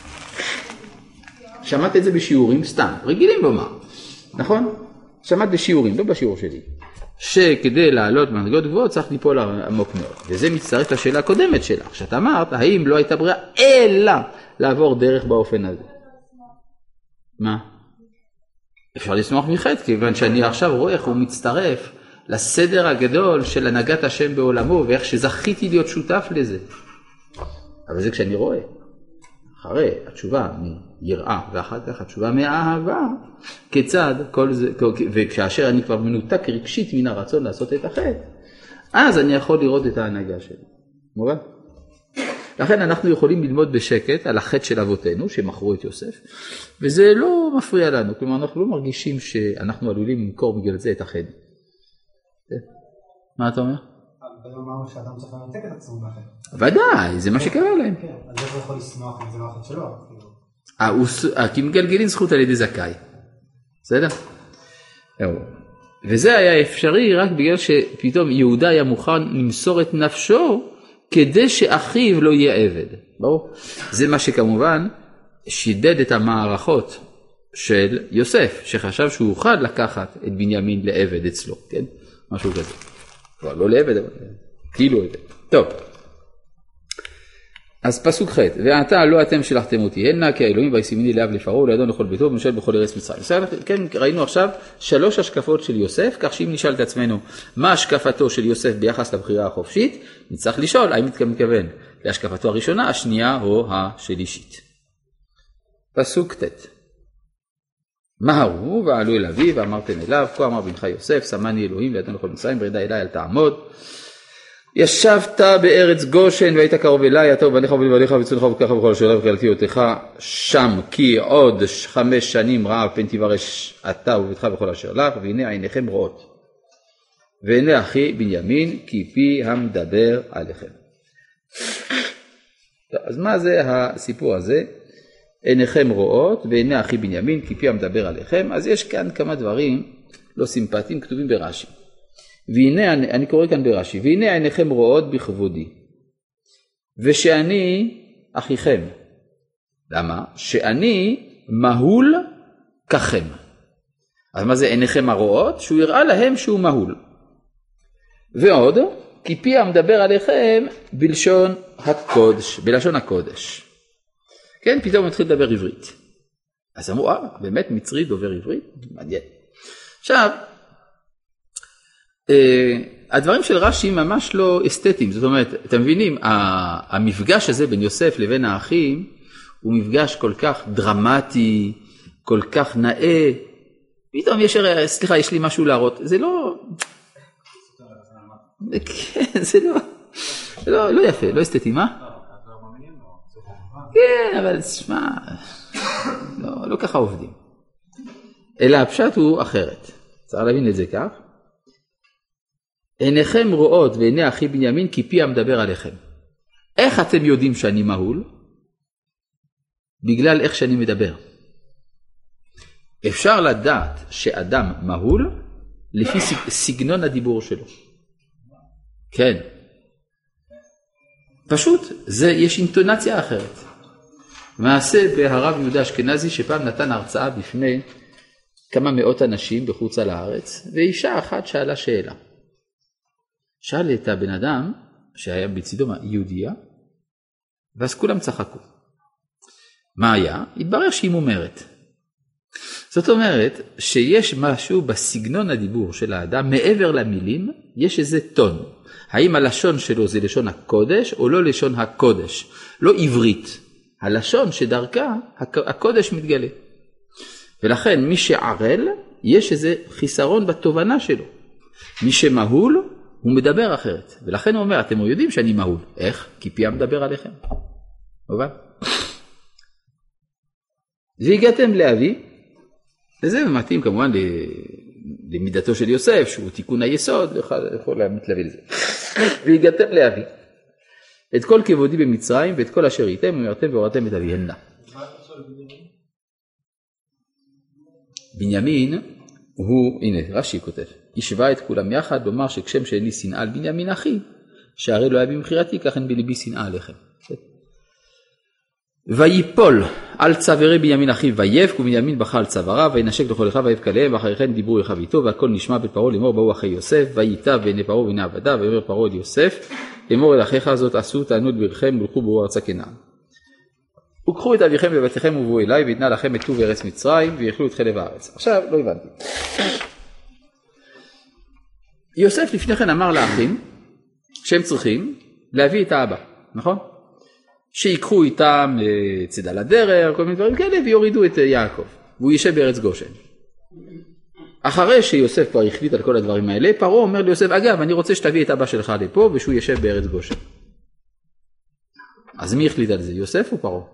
שמעת את זה בשיעורים סתם, רגילים לומר. נכון? שמעת בשיעורים, לא בשיעור שלי. שכדי לעלות מדרגות גבוהות צריך ליפול עמוק מאוד. וזה מצטרף לשאלה הקודמת שלך, שאתה אמרת, האם לא הייתה ברירה אלא לעבור דרך באופן הזה? מה? אפשר לשמוח מחטא, כיוון שאני עכשיו רואה איך הוא מצטרף לסדר הגדול של הנהגת השם בעולמו, ואיך שזכיתי להיות שותף לזה. אבל זה כשאני רואה. אחרי התשובה מיראה, ואחר כך התשובה מהאהבה, כיצד כל זה, וכאשר אני כבר מנותק רגשית מן הרצון לעשות את החטא, אז אני יכול לראות את ההנהגה שלי. מובן? לכן אנחנו יכולים ללמוד בשקט על החטא של אבותינו, שמכרו את יוסף, וזה לא מפריע לנו, כלומר אנחנו לא מרגישים שאנחנו עלולים למכור בגלל זה את החטא. מה אתה אומר? אבל אמרנו שאדם צריך לנתק את עצמו מהחטא. ודאי, זה מה שקרה להם. כן, אז איך הוא יכול לשמוח אם זה לא החטא שלו? כי מגלגלים זכות על ידי זכאי. בסדר? וזה היה אפשרי רק בגלל שפתאום יהודה היה מוכן למסור את נפשו, כדי שאחיו לא יהיה עבד. ברור? זה מה שכמובן שידד את המערכות של יוסף, שחשב שהוא יוכל לקחת את בנימין לעבד אצלו, כן? משהו כזה. לא לעבד, אבל כאילו עבד. טוב. אז פסוק ח' ועתה לא אתם שלחתם אותי, הנה כי האלוהים וישימני לאב לפרעה ולידו לכל ביתו ומשל בכל ארץ מצרים. כן, ראינו עכשיו 3 השקפות של יוסף, כך שאם נשאל את עצמנו מה השקפתו של יוסף ביחס לבחירה החופשית, נצטרך לשאול האם מתכוון להשקפתו הראשונה, השנייה או השלישית. פסוק ט' מהרו ועלו אל אביו ואמרתם אליו, כה אמר בנך יוסף, שמני אלוהים לידו לכל מצרים ברדה אליי אל תעמוד. ישבת בארץ גושן והיית קרוב אליי, אתה ובניך ובלבניך וצונך ובקרך ובכל אשר אליך וקהלתי אותך שם, כי עוד 5 שנים רעב פן תברש אתה וביתך וכל אשר לך, והנה עיניכם רואות. והנה אחי בנימין, כי פי המדבר עליכם. אז מה זה הסיפור הזה? עיניכם רואות, והנה אחי בנימין, כי פי המדבר עליכם. אז יש כאן כמה דברים לא סימפטיים כתובים ברש"י. והנה, אני קורא כאן ברש"י, והנה עיניכם רואות בכבודי, ושאני אחיכם. למה? שאני מהול ככם. אז מה זה עיניכם הרואות? שהוא יראה להם שהוא מהול. ועוד, כי פי המדבר עליכם בלשון הקודש, בלשון הקודש. כן, פתאום מתחיל לדבר עברית. אז אמרו, באמת מצרי דובר עברית? מעניין. עכשיו, הדברים של רש"י ממש לא אסתטיים, זאת אומרת, אתם מבינים, המפגש הזה בין יוסף לבין האחים, הוא מפגש כל כך דרמטי, כל כך נאה, פתאום יש לי משהו להראות, זה לא, כן, זה לא יפה, לא אסתטי, מה? כן, אבל תשמע, לא ככה עובדים. אלא הפשט הוא אחרת, צריך להבין את זה כך. עיניכם רואות ועיני אחי בנימין כי פי המדבר עליכם. איך אתם יודעים שאני מהול? בגלל איך שאני מדבר. אפשר לדעת שאדם מהול לפי סגנון הדיבור שלו. כן. פשוט, יש אינטונציה אחרת. מעשה בהרב יהודה אשכנזי שפעם נתן הרצאה בפני כמה מאות אנשים בחוץ על הארץ, ואישה אחת שאלה שאלה. שאל את הבן אדם שהיה בצידו יהודיה, ואז כולם צחקו. מה היה? התברר שהיא מומרת. זאת אומרת שיש משהו בסגנון הדיבור של האדם, מעבר למילים, יש איזה טון. האם הלשון שלו זה לשון הקודש או לא לשון הקודש? לא עברית. הלשון שדרכה הקודש מתגלה. ולכן מי שערל, יש איזה חיסרון בתובנה שלו. מי שמהול, הוא מדבר אחרת. ולכן הוא אומר, אתם יודעים שאני מהול. איך? כי פי המדבר עליכם. מובן? והגעתם לאבי, וזה מתאים כמובן למידתו של יוסף, שהוא תיקון היסוד, יכול להתלווה לזה. והגעתם לאבי, את כל כבודי במצרים, ואת כל אשר איתם, ומרתם והורתם את אבי הנה. בנימין הוא, הנה רש"י כותב, השווה את כולם יחד, לומר שכשם שאין שנאה על בנימין אחי, שהרי לא היה במחירתי, כך אין בלבי שנאה עליכם. ויפול על צווארי בנימין אחיו ויבך, ובנימין בכה על צוואריו, וינשק לכל אחיו ויבך עליהם, ואחרי כן דיברו אחיו איתו, והכל נשמע בפרעה לאמור, באו אחי יוסף, וייטב בעיני פרעה ובעיני עבדיו, ויאמר פרעה אל יוסף, לאמור אל אחיך זאת עשו תענוג ברכם ולכו בואו ארצה כנען. וקחו את אביכם ובתיכם ובואו אליי ויתנה לכם את טוב ארץ מצרים ויאכלו את חלב הארץ. עכשיו לא הבנתי. יוסף לפני כן אמר לאחים שהם צריכים להביא את האבא, נכון? שיקחו איתם צידה לדרך, כל מיני דברים כאלה ויורידו את יעקב והוא יישב בארץ גושן. אחרי שיוסף כבר החליט על כל הדברים האלה, פרעה אומר ליוסף, אגב אני רוצה שתביא את אבא שלך לפה ושהוא יישב בארץ גושן. אז מי החליט על זה, יוסף או פרעה?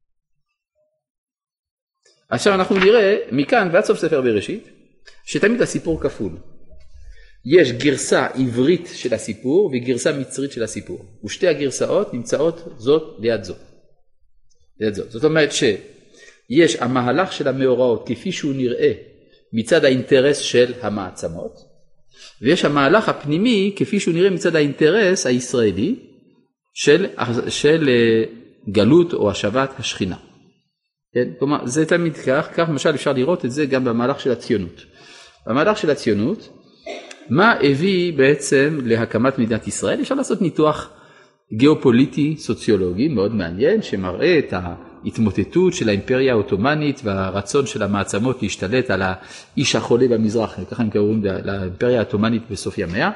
עכשיו אנחנו נראה מכאן ועד סוף ספר בראשית שתמיד הסיפור כפול. יש גרסה עברית של הסיפור וגרסה מצרית של הסיפור, ושתי הגרסאות נמצאות זאת ליד זאת. זאת אומרת שיש המהלך של המאורעות כפי שהוא נראה מצד האינטרס של המעצמות, ויש המהלך הפנימי כפי שהוא נראה מצד האינטרס הישראלי של גלות או השבת השכינה. כן? כלומר, זה תמיד כך למשל אפשר לראות את זה גם במהלך של הציונות. במהלך של הציונות, מה הביא בעצם להקמת מדינת ישראל? אפשר לעשות ניתוח גיאופוליטי סוציולוגי מאוד מעניין, שמראה את ההתמוטטות של האימפריה האוטומנית והרצון של המעצמות להשתלט על האיש החולה במזרח, ככה הם קוראים לאימפריה האוטומנית בסוף ימיה,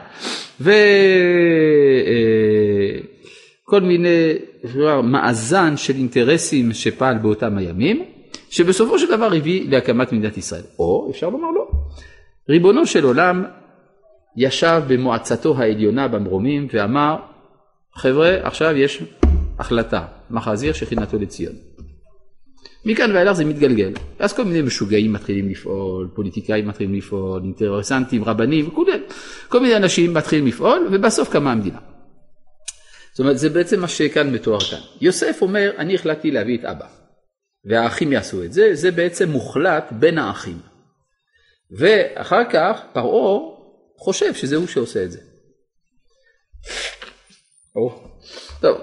וכל מיני מאזן של אינטרסים שפעל באותם הימים, שבסופו של דבר הביא להקמת מדינת ישראל. או אפשר לומר לא, ריבונו של עולם ישב במועצתו העליונה במרומים ואמר, חבר'ה, עכשיו יש החלטה, מחזיר שכינתו לציון. מכאן ואילך זה מתגלגל. אז כל מיני משוגעים מתחילים לפעול, פוליטיקאים מתחילים לפעול, אינטרסנטים, רבנים, כל מיני אנשים מתחילים לפעול, ובסוף קמה המדינה. זאת אומרת, זה בעצם מה שכאן מתואר כאן. יוסף אומר, אני החלטתי להביא את אבא, והאחים יעשו את זה, זה בעצם מוחלט בין האחים. ואחר כך פרעה חושב שזה הוא שעושה את זה. טוב,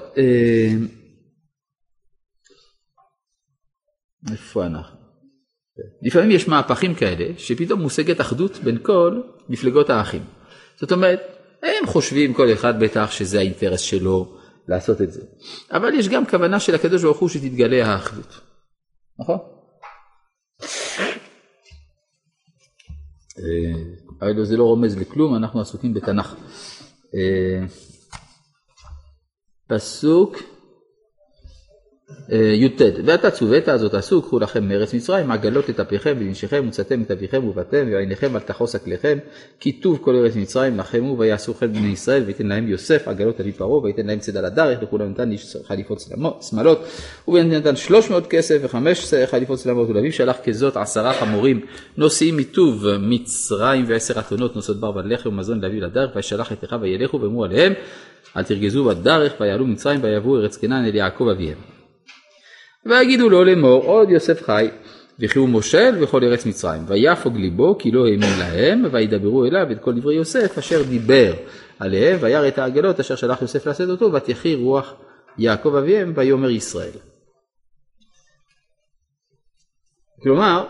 איפה אנחנו? לפעמים יש מהפכים כאלה שפתאום מושגת אחדות בין כל מפלגות האחים. זאת אומרת, הם חושבים כל אחד בטח שזה האינטרס שלו לעשות את זה. אבל יש גם כוונה של הקדוש ברוך הוא שתתגלה האחדות. נכון? אבל זה לא רומז לכלום, אנחנו עסוקים בתנ"ך. פסוק י"ט, ואתה צוות הזאת עשו, קחו לכם מארץ מצרים, עגלות את אפיכם ובנשיכם, וצאתם את אביכם ובאתם, ועיניכם אל תחוס עקליכם, כי טוב כל ארץ מצרים לחמו, ויעשו חטא בני ישראל, ויתן להם יוסף עגלות אבי פרעה, ויתן להם צידה לדרך, לכולם נתן חליפות שמלות, ונתן 300 כסף ו15 חליפות שמלות, ולאביו שלח כזאת 10 חמורים נושאים מטוב מצרים ו10 אתונות נושאות בר ולחם ומזון לאביו לדרך, וישלח את אחיו וילכו ואמרו עליהם, אל תרגזו בדרך, ויעלו מצרים ויבואו ארץ כנען אל יעקב אביהם. ויגידו לו לאמור, עוד יוסף חי, וכי הוא מושל בכל ארץ מצרים, ויפוג ליבו כי לא האמין להם, וידברו אליו את כל דברי יוסף אשר דיבר עליהם, וירא את העגלות אשר שלח יוסף לעשות אותו, ותחי רוח יעקב אביהם, ויאמר ישראל. כלומר,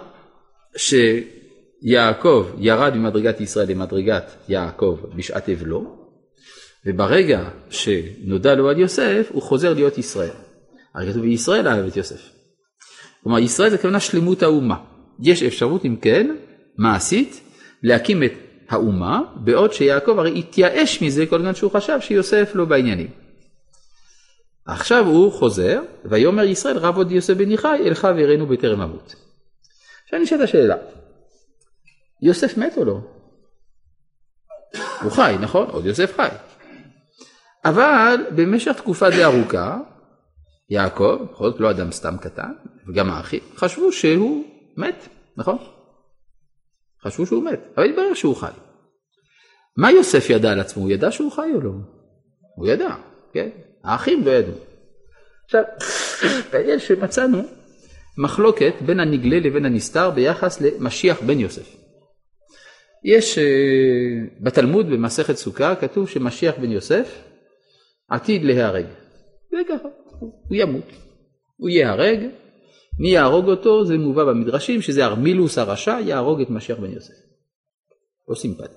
שיעקב ירד ממדרגת ישראל למדרגת יעקב בשעת אבלו, וברגע שנודע לו על יוסף, הוא חוזר להיות ישראל. הרי כתוב בישראל אהב את יוסף. כלומר, ישראל זה כוונה שלמות האומה. יש אפשרות, אם כן, מעשית, להקים את האומה, בעוד שיעקב הרי התייאש מזה כל הזמן שהוא חשב שיוסף לא בעניינים. עכשיו הוא חוזר, ויאמר ישראל, רב עוד יוסף בני חי, אלך ויראנו בטרם אמות. עכשיו אני אשאל את השאלה, יוסף מת או לא? הוא חי, נכון? עוד יוסף חי. אבל במשך תקופה די ארוכה, יעקב, בכל זאת לא אדם סתם קטן, וגם האחים, חשבו שהוא מת, נכון? חשבו שהוא מת, אבל התברר שהוא חי. מה יוסף ידע על עצמו? הוא ידע שהוא חי או לא? הוא ידע, כן? האחים לא ידעו. עכשיו, יש שמצאנו מחלוקת בין הנגלה לבין הנסתר ביחס למשיח בן יוסף. יש בתלמוד במסכת סוכה כתוב שמשיח בן יוסף עתיד להיהרג. זה ככה. הוא ימות, הוא יהרג, מי יהרוג אותו זה מובא במדרשים שזה ארמילוס הרשע יהרוג את משיח בן יוסף. לא סימפטי.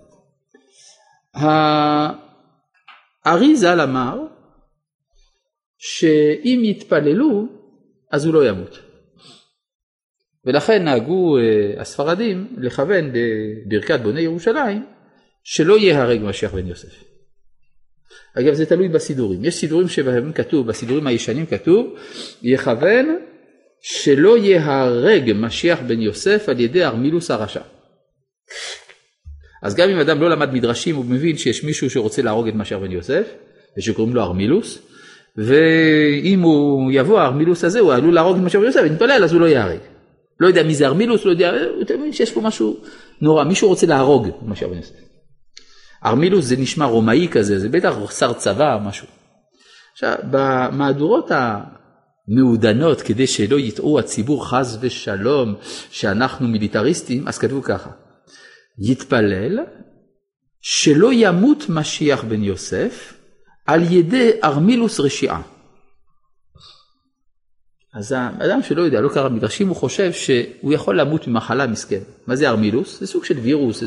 הארי ז"ל אמר שאם יתפללו אז הוא לא ימות. ולכן נהגו הספרדים לכוון בברכת בוני ירושלים, שלא ייהרג משיח בן יוסף. אגב, זה תלוי בסידורים. יש סידורים שבהם כתוב, בסידורים הישנים כתוב, יכוון שלא ייהרג משיח בן יוסף על ידי ארמילוס הרשע. אז גם אם אדם לא למד מדרשים, הוא מבין שיש מישהו שרוצה להרוג את משיח בן יוסף, ושקוראים לו ארמילוס, ואם הוא יבוא, הארמילוס הזה, הוא עלול להרוג את משיח בן יוסף, ונתפלל, אז הוא לא ייהרג. לא יודע מי זה ארמילוס, לא יודע, אתה מבין שיש פה משהו נורא, מישהו רוצה להרוג את משיח בן יוסף. ארמילוס זה נשמע רומאי כזה, זה בטח שר צבא או משהו. עכשיו, במהדורות המעודנות, כדי שלא יטעו הציבור חס ושלום, שאנחנו מיליטריסטים, אז כתבו ככה, יתפלל שלא ימות משיח בן יוסף, על ידי ארמילוס רשיעה. אז האדם שלא יודע, לא קרא מדרשים, הוא חושב שהוא יכול למות ממחלה מסכן. מה זה ארמילוס? זה סוג של וירוס,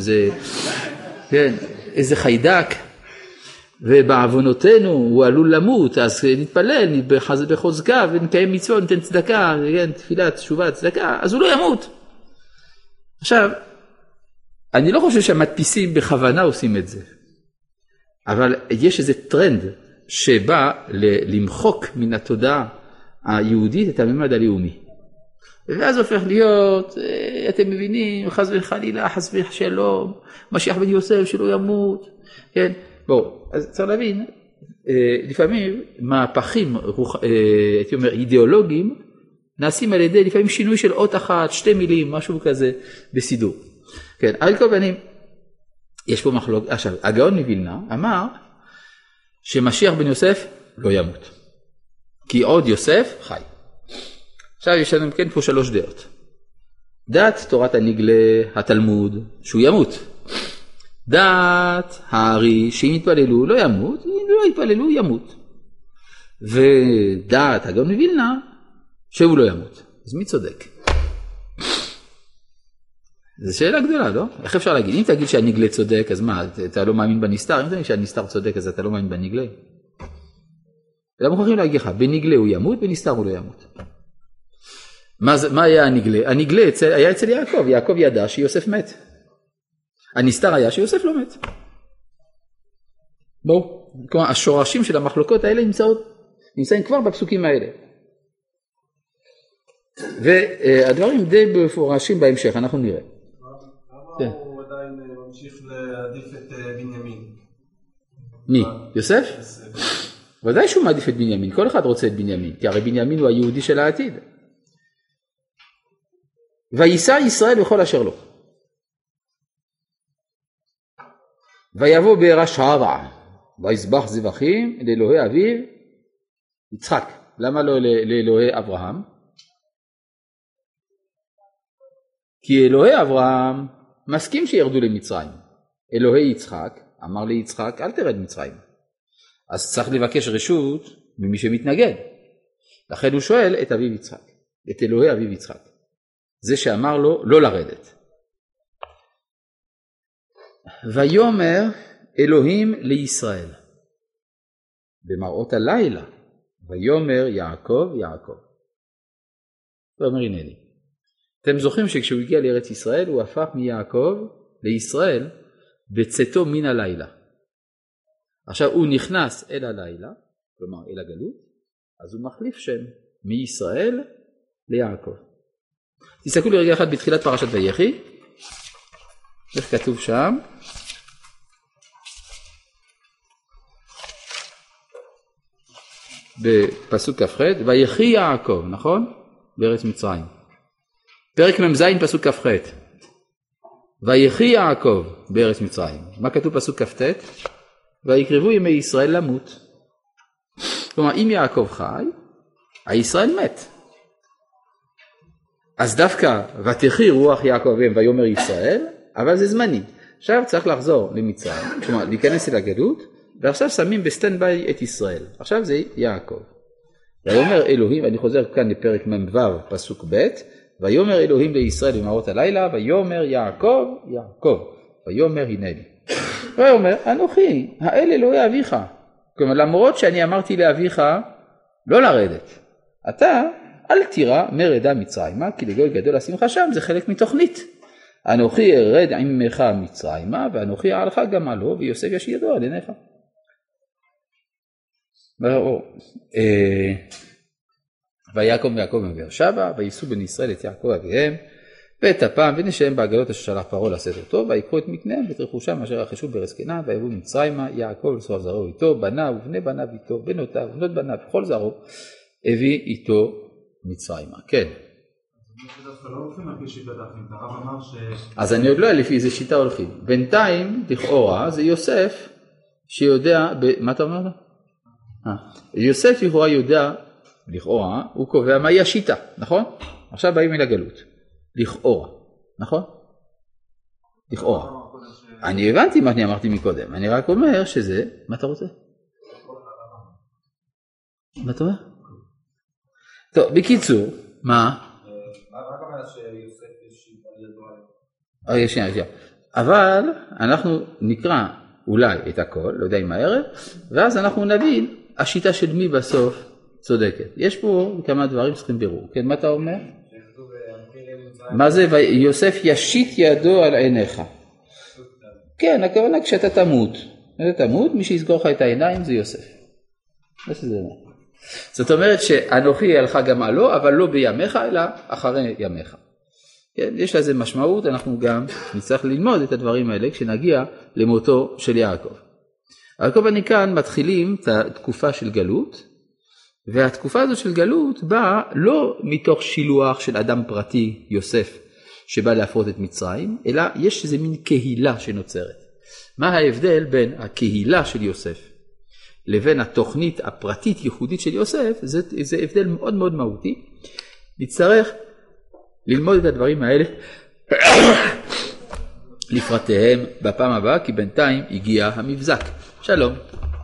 איזה חיידק, ובעוונותינו הוא עלול למות, אז נתפלל בחוזקה ונקיים מצווה, ניתן צדקה, תפילת, תשובה, צדקה, אז הוא לא ימות. עכשיו, אני לא חושב שהמדפיסים בכוונה עושים את זה, אבל יש איזה טרנד שבא למחוק מן התודעה היהודית את הממד הלאומי. ואז הופך להיות, אתם מבינים, חס וחלילה, חס ושלום, משיח בן יוסף שלא ימות. כן, בואו, אז צריך להבין, לפעמים מהפכים, הייתי אומר, אידיאולוגיים, נעשים על ידי לפעמים שינוי של אות אחת, 2 מילים, משהו כזה, בסידור. כן, על כל פנים, יש פה מחלוק, עכשיו, הגאון מווילנה אמר, שמשיח בן יוסף לא ימות. כי עוד יוסף חי. עכשיו יש לנו כן פה 3 דעות. דת תורת הנגלה, התלמוד, שהוא ימות. דת הארי, שאם יתפללו לא ימות, אם לא יתפללו ימות. ודת הגאון מווילנה, שהוא לא ימות. אז מי צודק? זו שאלה גדולה, לא? איך אפשר להגיד? אם תגיד שהנגלה צודק, אז מה, אתה לא מאמין בנסתר? אם תגיד שהנסתר צודק, אז אתה לא מאמין בנגלה? ולא מוכרחים להגיד לך, בנגלה הוא ימות, בנסתר הוא לא ימות. מה היה הנגלה? הנגלה היה אצל יעקב. יעקב ידע שיוסף מת. הנסתר היה שיוסף לא מת. בואו, כלומר, השורשים של המחלוקות האלה נמצאים כבר בפסוקים האלה. והדברים די מפורשים בהמשך, אנחנו נראה. למה הוא עדיין ממשיך להעדיף את בנימין? מי? יוסף? ודאי שהוא מעדיף את בנימין, כל אחד רוצה את בנימין, כי הרי בנימין הוא היהודי של העתיד. וייסע ישראל בכל אשר לו. ויבוא בעירה שערה, ויזבח זבחים לאלוהי אביו יצחק. למה לא לאלוהי אברהם? כי אלוהי אברהם מסכים שירדו למצרים. אלוהי יצחק אמר ליצחק אל תרד מצרים. אז צריך לבקש רשות ממי שמתנגד. לכן הוא שואל את אביו יצחק, את אלוהי אביו יצחק. זה שאמר לו לא לרדת. ויאמר אלוהים לישראל במראות הלילה, ויאמר יעקב יעקב. ואומר הנני. אתם זוכרים שכשהוא הגיע לארץ ישראל הוא הפך מיעקב לישראל בצאתו מן הלילה. עכשיו הוא נכנס אל הלילה, כלומר אל הגלות, אז הוא מחליף שם מישראל ליעקב. תסתכלו לרגע אחד בתחילת פרשת ויחי, איך כתוב שם? בפסוק כ"ח, ויחי יעקב, נכון? בארץ מצרים. פרק מ"ז פסוק כ"ח, ויחי יעקב בארץ מצרים. מה כתוב פסוק כ"ט? ויקרבו ימי ישראל למות. כלומר, אם יעקב חי, הישראל מת. אז דווקא ותחי רוח יעקב אביהם ויאמר ישראל, אבל זה זמני. עכשיו צריך לחזור למצרים, כלומר להיכנס אל הגלות, ועכשיו שמים בסטנד ביי את ישראל. עכשיו זה יעקב. ויאמר אלוהים, אני חוזר כאן לפרק מ"ו פסוק ב', ויאמר אלוהים לישראל במראות הלילה, ויאמר יעקב יעקב, ויאמר הנני. ויאמר אנוכי האל אלוהי אביך. כלומר למרות שאני אמרתי לאביך לא לרדת, אתה אל תירא מרדה מצרימה, כי לגוי גדול השמחה שם, זה חלק מתוכנית. אנוכי ארד עמך מצרימה, ואנוכי אעלך גם עלו, ויוסף ישיר ידו על עיניך. ויעקב ויעקב מבאר שבע, וייסעו בני ישראל את יעקב אביהם, ואת הפעם ונשאם בעגלות אשר שלח פרעה לעשות אותו, ויקחו את מקניהם ואת רכושם אשר רכשו בארץ כנען, ויבואו מצרימה, יעקב ולשבט זרעו איתו, בניו ובני בניו איתו, בנותיו ובנות בניו, וכל זרעו הביא איתו מצרימה. כן. אז אני עוד לא יודע לפי איזה שיטה הולכים. בינתיים, לכאורה, זה יוסף שיודע, מה אתה אומר לו? יוסף לכאורה יודע, לכאורה, הוא קובע מהי השיטה, נכון? עכשיו באים אל הגלות. לכאורה, נכון? לכאורה. אני הבנתי מה אני אמרתי מקודם, אני רק אומר שזה, מה אתה רוצה? מה אתה אומר? טוב, בקיצור, מה? רק אמרת שיוסף יש ידוע. אבל אנחנו נקרא אולי את הכל, לא יודע אם הערב, ואז אנחנו נבין השיטה של מי בסוף צודקת. יש פה כמה דברים שצריכים בירור. כן, מה אתה אומר? מה זה? יוסף ישית ידו על עיניך. כן, הכוונה כשאתה תמות. כשאתה תמות, מי שיסגור לך את העיניים זה יוסף. זאת אומרת שאנוכי הלכה גם עלו, אבל לא בימיך, אלא אחרי ימיך. כן, יש לזה משמעות, אנחנו גם נצטרך ללמוד את הדברים האלה כשנגיע למותו של יעקב. על כל פנים כאן מתחילים את התקופה של גלות, והתקופה הזאת של גלות באה לא מתוך שילוח של אדם פרטי, יוסף, שבא להפרות את מצרים, אלא יש איזה מין קהילה שנוצרת. מה ההבדל בין הקהילה של יוסף לבין התוכנית הפרטית ייחודית של יוסף? זה הבדל מאוד מאוד מהותי. נצטרך ללמוד את הדברים האלה לפרטיהם בפעם הבאה, כי בינתיים הגיע המבזק. שלום.